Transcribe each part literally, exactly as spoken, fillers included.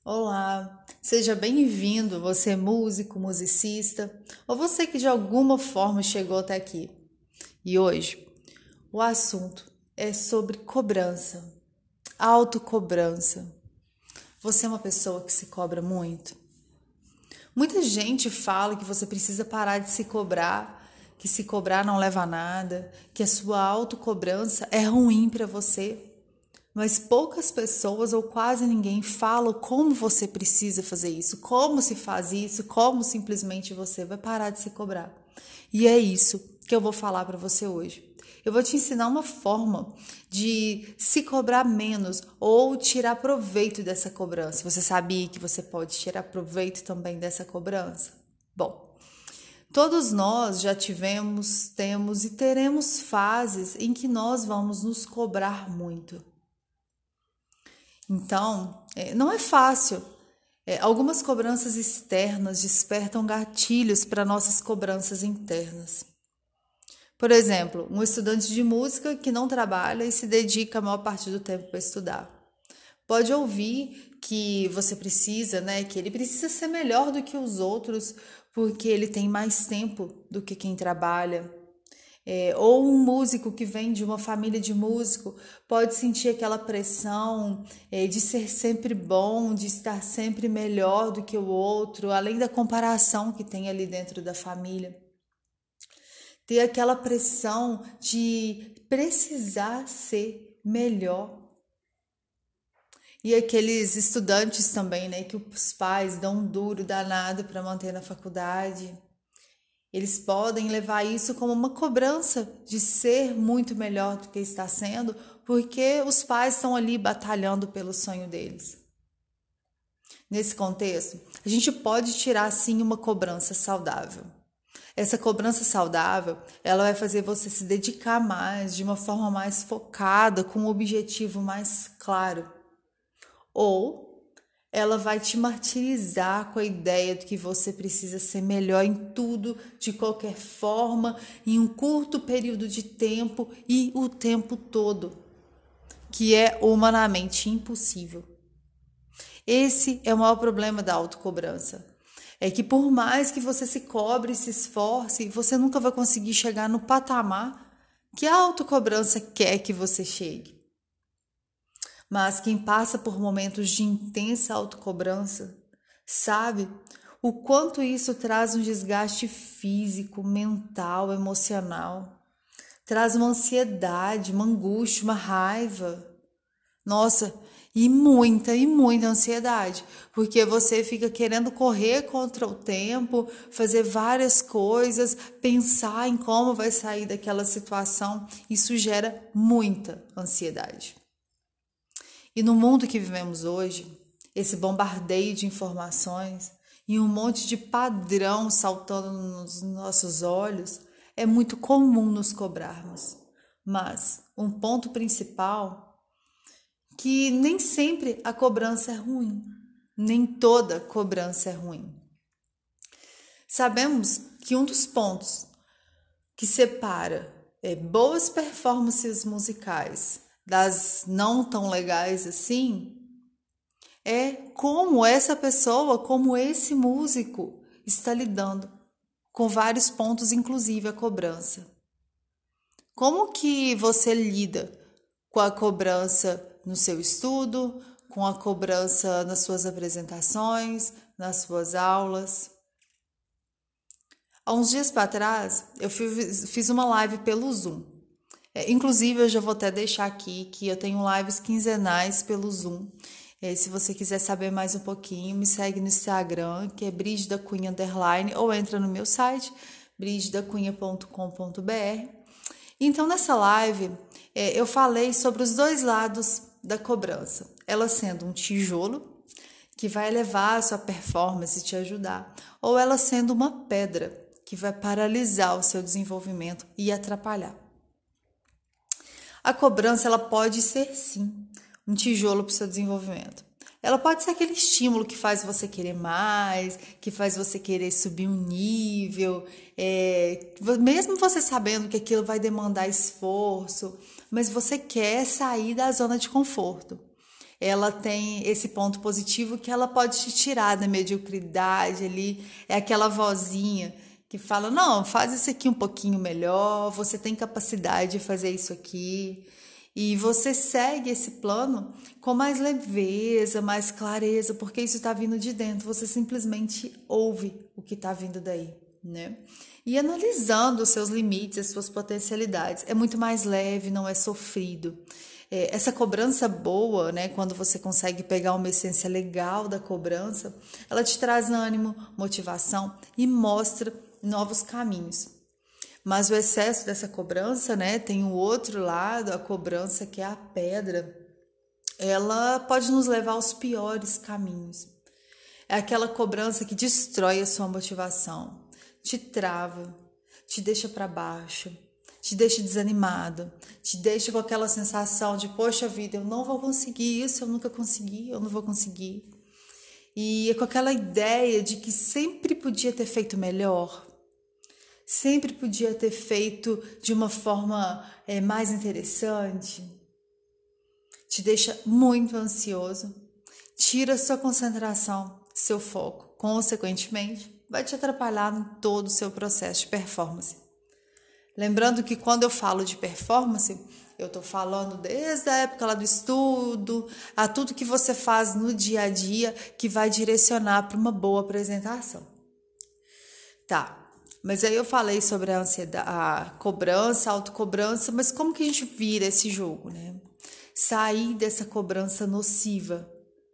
Olá, seja bem-vindo, você é músico, musicista, ou você que de alguma forma chegou até aqui. E hoje o assunto é sobre cobrança, autocobrança. Você é uma pessoa que se cobra muito? Muita gente fala que você precisa parar de se cobrar, que se cobrar não leva a nada, que a sua autocobrança é ruim para você. Mas poucas pessoas ou quase ninguém falam como você precisa fazer isso, como se faz isso, como simplesmente você vai parar de se cobrar. E é isso que eu vou falar para você hoje. Eu vou te ensinar uma forma de se cobrar menos ou tirar proveito dessa cobrança. Você sabia que você pode tirar proveito também dessa cobrança? Bom, todos nós já tivemos, temos e teremos fases em que nós vamos nos cobrar muito. Então, é, não é fácil. É, algumas cobranças externas despertam gatilhos para nossas cobranças internas. Por exemplo, um estudante de música que não trabalha e se dedica a maior parte do tempo para estudar. Pode ouvir que você precisa, né, que ele precisa ser melhor do que os outros porque ele tem mais tempo do que quem trabalha. É, ou um músico que vem de uma família de músico pode sentir aquela pressão é, de ser sempre bom, de estar sempre melhor do que o outro, além da comparação que tem ali dentro da família. Ter aquela pressão de precisar ser melhor. E aqueles estudantes também, né, que os pais dão um duro danado para manter na faculdade. Eles podem levar isso como uma cobrança de ser muito melhor do que está sendo, porque os pais estão ali batalhando pelo sonho deles. Nesse contexto, a gente pode tirar sim uma cobrança saudável. Essa cobrança saudável, ela vai fazer você se dedicar mais, de uma forma mais focada, com um objetivo mais claro. Ou ela vai te martirizar com a ideia de que você precisa ser melhor em tudo, de qualquer forma, em um curto período de tempo e o tempo todo, que é humanamente impossível. Esse é o maior problema da autocobrança. É que por mais que você se cobre e se esforce, você nunca vai conseguir chegar no patamar que a autocobrança quer que você chegue. Mas quem passa por momentos de intensa autocobrança sabe o quanto isso traz um desgaste físico, mental, emocional. Traz uma ansiedade, uma angústia, uma raiva. Nossa, e muita, e muita ansiedade, porque você fica querendo correr contra o tempo, fazer várias coisas, pensar em como vai sair daquela situação. Isso gera muita ansiedade. E no mundo que vivemos hoje, esse bombardeio de informações e um monte de padrão saltando nos nossos olhos, é muito comum nos cobrarmos. Mas um ponto principal que nem sempre a cobrança é ruim, nem toda cobrança é ruim. Sabemos que um dos pontos que separa é, boas performances musicais das não tão legais assim é como essa pessoa, como esse músico está lidando com vários pontos, inclusive a cobrança. Como que você lida com a cobrança no seu estudo, com a cobrança nas suas apresentações, nas suas aulas? Há uns dias para trás, eu fiz, fiz uma live pelo Zoom. É, inclusive, eu já vou até deixar aqui que eu tenho lives quinzenais pelo Zoom. É, se você quiser saber mais um pouquinho, me segue no Instagram, que é Brígida Cunha Underline, ou entra no meu site, brigida cunha ponto com ponto b r. Então, nessa live, é, eu falei sobre os dois lados da cobrança. Ela sendo um tijolo, que vai elevar a sua performance e te ajudar, ou ela sendo uma pedra, que vai paralisar o seu desenvolvimento e atrapalhar. A cobrança, ela pode ser, sim, um tijolo para o seu desenvolvimento. Ela pode ser aquele estímulo que faz você querer mais, que faz você querer subir um nível, é, mesmo você sabendo que aquilo vai demandar esforço, mas você quer sair da zona de conforto. ela tem esse ponto positivo que ela pode te tirar da mediocridade ali, é aquela vozinha que fala, não, faz isso aqui um pouquinho melhor, você tem capacidade de fazer isso aqui, e você segue esse plano com mais leveza, mais clareza, porque isso está vindo de dentro, você simplesmente ouve o que está vindo daí, né? E analisando os seus limites, as suas potencialidades, é muito mais leve, não é sofrido. É, essa cobrança boa, né, quando você consegue pegar uma essência legal da cobrança, ela te traz ânimo, motivação e mostra novos caminhos. Mas o excesso dessa cobrança, né, tem o outro lado, a cobrança que é a pedra, ela pode nos levar aos piores caminhos. É aquela cobrança que destrói a sua motivação, te trava, te deixa para baixo, te deixa desanimado, te deixa com aquela sensação de, poxa vida, eu não vou conseguir isso, eu nunca consegui, eu não vou conseguir. E é com aquela ideia de que sempre podia ter feito melhor, sempre podia ter feito de uma forma é, mais interessante, te deixa muito ansioso, tira sua concentração, seu foco, consequentemente, vai te atrapalhar em todo o seu processo de performance. Lembrando que quando eu falo de performance, eu estou falando desde a época lá do estudo, a tudo que você faz no dia a dia que vai direcionar para uma boa apresentação. Tá. Mas aí eu falei sobre a ansiedade, a cobrança, a autocobrança, mas como que a gente vira esse jogo, né? Sair dessa cobrança nociva.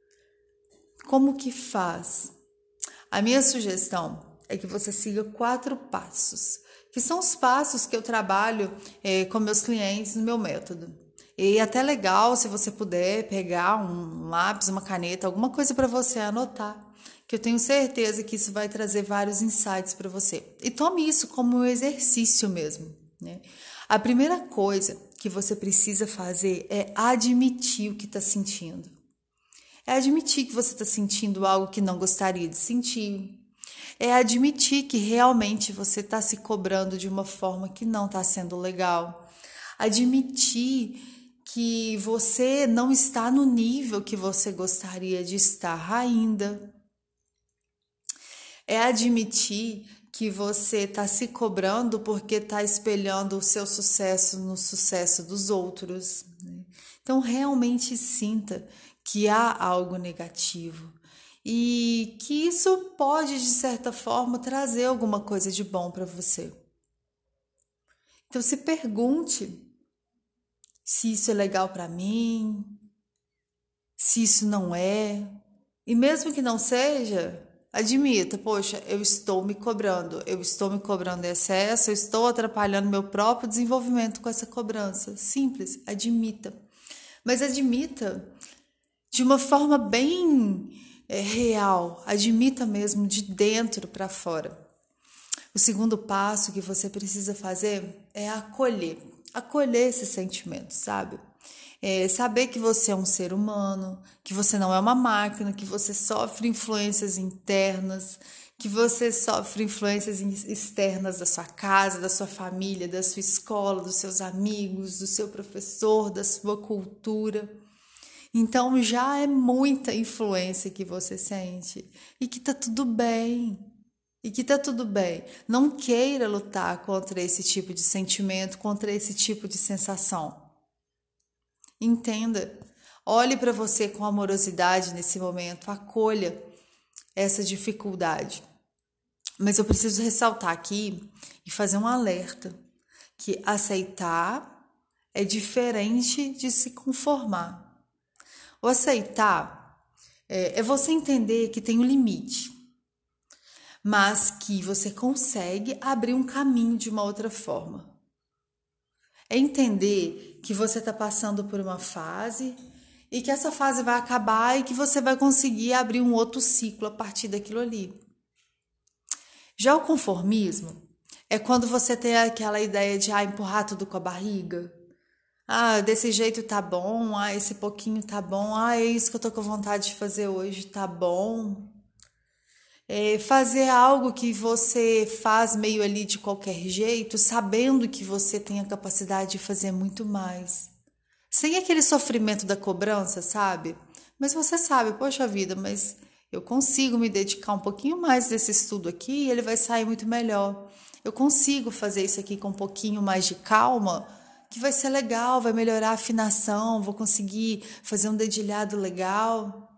Como que faz? A minha sugestão é que você siga quatro passos, que são os passos que eu trabalho é, com meus clientes no meu método. E é até legal se você puder pegar um lápis, uma caneta, alguma coisa para você anotar, que eu tenho certeza que isso vai trazer vários insights para você. E tome isso como um exercício mesmo, né? A primeira coisa que você precisa fazer é admitir o que está sentindo. É admitir que você está sentindo algo que não gostaria de sentir. É admitir que realmente você está se cobrando de uma forma que não está sendo legal. Admitir que você não está no nível que você gostaria de estar ainda. É admitir que você está se cobrando porque está espelhando o seu sucesso no sucesso dos outros, né? Então, realmente sinta que há algo negativo e que isso pode, de certa forma, trazer alguma coisa de bom para você. Então, se pergunte se isso é legal para mim, se isso não é. E mesmo que não seja, admita, poxa, eu estou me cobrando, eu estou me cobrando em excesso, eu estou atrapalhando meu próprio desenvolvimento com essa cobrança. Simples, admita. Mas admita de uma forma bem é, real, admita mesmo de dentro para fora. O segundo passo que você precisa fazer é acolher, acolher esses sentimentos, sabe? É saber que você é um ser humano, que você não é uma máquina, que você sofre influências internas, que você sofre influências externas da sua casa, da sua família, da sua escola, dos seus amigos, do seu professor, da sua cultura. Então já é muita influência que você sente e que tá tudo bem. E que tá tudo bem. Não queira lutar contra esse tipo de sentimento, contra esse tipo de sensação. Entenda, olhe para você com amorosidade nesse momento, acolha essa dificuldade. Mas eu preciso ressaltar aqui e fazer um alerta, que aceitar é diferente de se conformar. O aceitar é, é você entender que tem um limite, mas que você consegue abrir um caminho de uma outra forma. É entender que você está passando por uma fase e que essa fase vai acabar e que você vai conseguir abrir um outro ciclo a partir daquilo ali. Já o conformismo é quando você tem aquela ideia de ah, empurrar tudo com a barriga. Ah, desse jeito tá bom, ah, esse pouquinho tá bom, ah, é isso que eu tô com vontade de fazer hoje, tá bom. É fazer algo que você faz meio ali de qualquer jeito, sabendo que você tem a capacidade de fazer muito mais. Sem aquele sofrimento da cobrança, sabe? Mas você sabe, poxa vida, mas eu consigo me dedicar um pouquinho mais desse estudo aqui e ele vai sair muito melhor. Eu consigo fazer isso aqui com um pouquinho mais de calma, que vai ser legal, vai melhorar a afinação, vou conseguir fazer um dedilhado legal.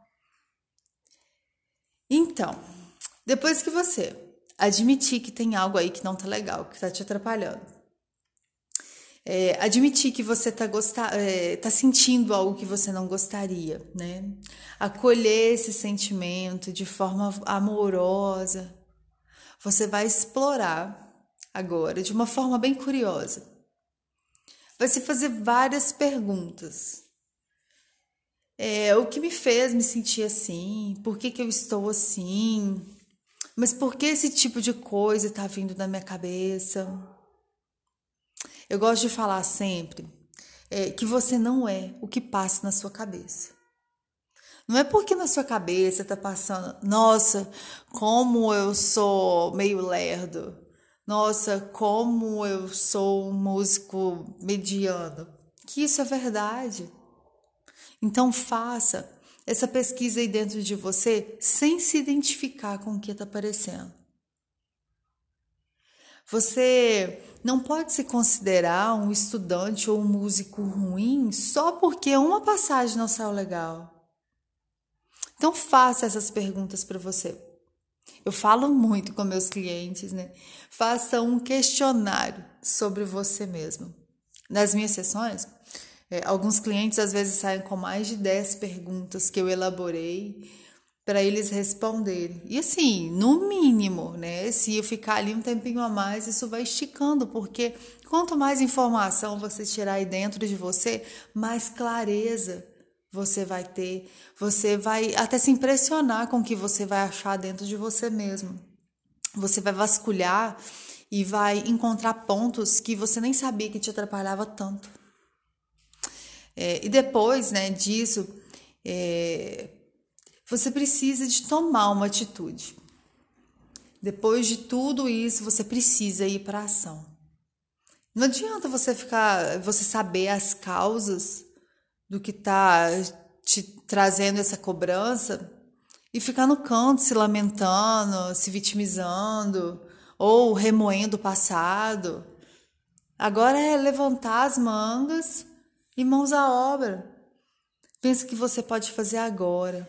Então, depois que você admitir que tem algo aí que não tá legal, que tá te atrapalhando, é, admitir que você tá, gostar, é, tá sentindo algo que você não gostaria, né? Acolher esse sentimento de forma amorosa. Você vai explorar agora de uma forma bem curiosa. Vai se fazer várias perguntas. É, o que me fez me sentir assim? Por que que eu estou assim? Mas por que esse tipo de coisa está vindo na minha cabeça? Eu gosto de falar sempre é, que você não é o que passa na sua cabeça. Não é porque na sua cabeça tá passando, nossa, como eu sou meio lerdo. Nossa, como eu sou um músico mediano. Que isso é verdade. Então faça essa pesquisa aí dentro de você sem se identificar com o que está aparecendo. Você não pode se considerar um estudante ou um músico ruim só porque uma passagem não saiu legal. Então faça essas perguntas para você. Eu falo muito com meus clientes, né? Faça um questionário sobre você mesmo. Nas minhas sessões, é, alguns clientes às vezes saem com mais de dez perguntas que eu elaborei para eles responderem. E assim, no mínimo, né? Se eu ficar ali um tempinho a mais, isso vai esticando, porque quanto mais informação você tirar aí dentro de você, mais clareza você vai ter, você vai até se impressionar com o que você vai achar dentro de você mesmo. Você vai vasculhar e vai encontrar pontos que você nem sabia que te atrapalhava tanto. É, e depois, né, disso, é, você precisa de tomar uma atitude. Depois de tudo isso, você precisa ir para a ação. Não adianta você ficar, você saber as causas do que está te trazendo essa cobrança e ficar no canto se lamentando, se vitimizando ou remoendo o passado. Agora é levantar as mangas e mãos à obra. Pensa que você pode fazer agora.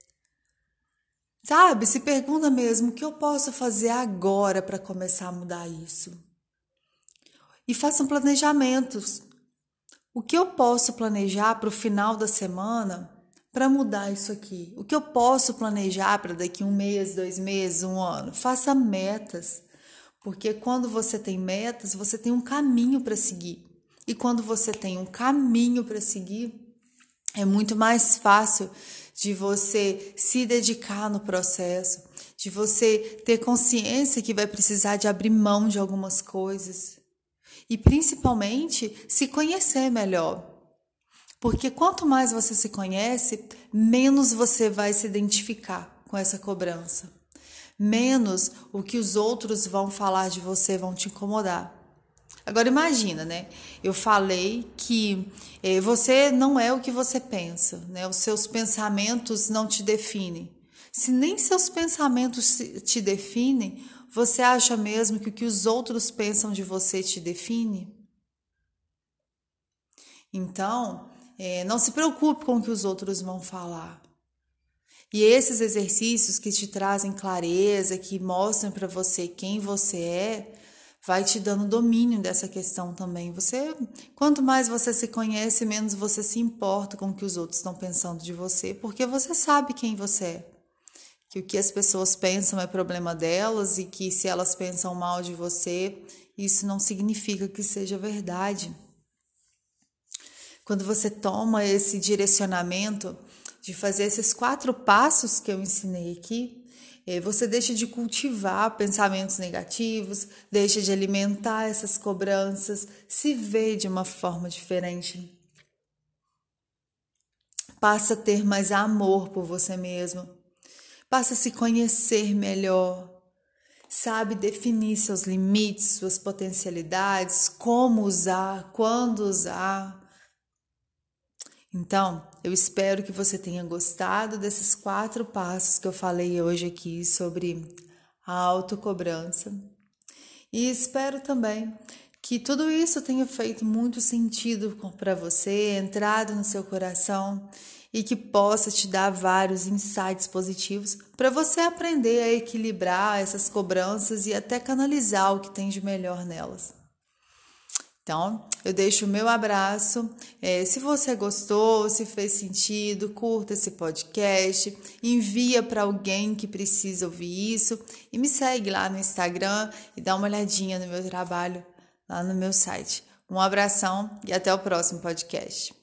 Sabe, se pergunta mesmo, o que eu posso fazer agora para começar a mudar isso? E façam planejamentos. O que eu posso planejar para o final da semana para mudar isso aqui? O que eu posso planejar para daqui um mês, dois meses, um ano? Faça metas, porque quando você tem metas, você tem um caminho para seguir. E quando você tem um caminho para seguir, é muito mais fácil de você se dedicar no processo, de você ter consciência que vai precisar de abrir mão de algumas coisas. E principalmente se conhecer melhor. Porque quanto mais você se conhece, menos você vai se identificar com essa cobrança. Menos o que os outros vão falar de você vão te incomodar. Agora imagina, né? Eu falei que eh, você não é o que você pensa, né? Os seus pensamentos não te definem. Se nem seus pensamentos te definem, você acha mesmo que o que os outros pensam de você te define? Então, é, não se preocupe com o que os outros vão falar. E esses exercícios que te trazem clareza, que mostram para você quem você é, vai te dando domínio dessa questão também. Você, quanto mais você se conhece, menos você se importa com o que os outros estão pensando de você, porque você sabe quem você é. Que o que as pessoas pensam é problema delas e que se elas pensam mal de você, isso não significa que seja verdade. Quando você toma esse direcionamento de fazer esses quatro passos que eu ensinei aqui, você deixa de cultivar pensamentos negativos, deixa de alimentar essas cobranças, se vê de uma forma diferente. Passa a ter mais amor por você mesmo. Passa a se conhecer melhor. Sabe definir seus limites, suas potencialidades, como usar, quando usar. Então, eu espero que você tenha gostado desses quatro passos que eu falei hoje aqui sobre a autocobrança. E espero também que tudo isso tenha feito muito sentido para você, entrado no seu coração e que possa te dar vários insights positivos para você aprender a equilibrar essas cobranças e até canalizar o que tem de melhor nelas. Então, eu deixo o meu abraço. É, se você gostou, se fez sentido, curta esse podcast, envia para alguém que precisa ouvir isso e me segue lá no Instagram e dá uma olhadinha no meu trabalho lá no meu site. Um abração e até o próximo podcast.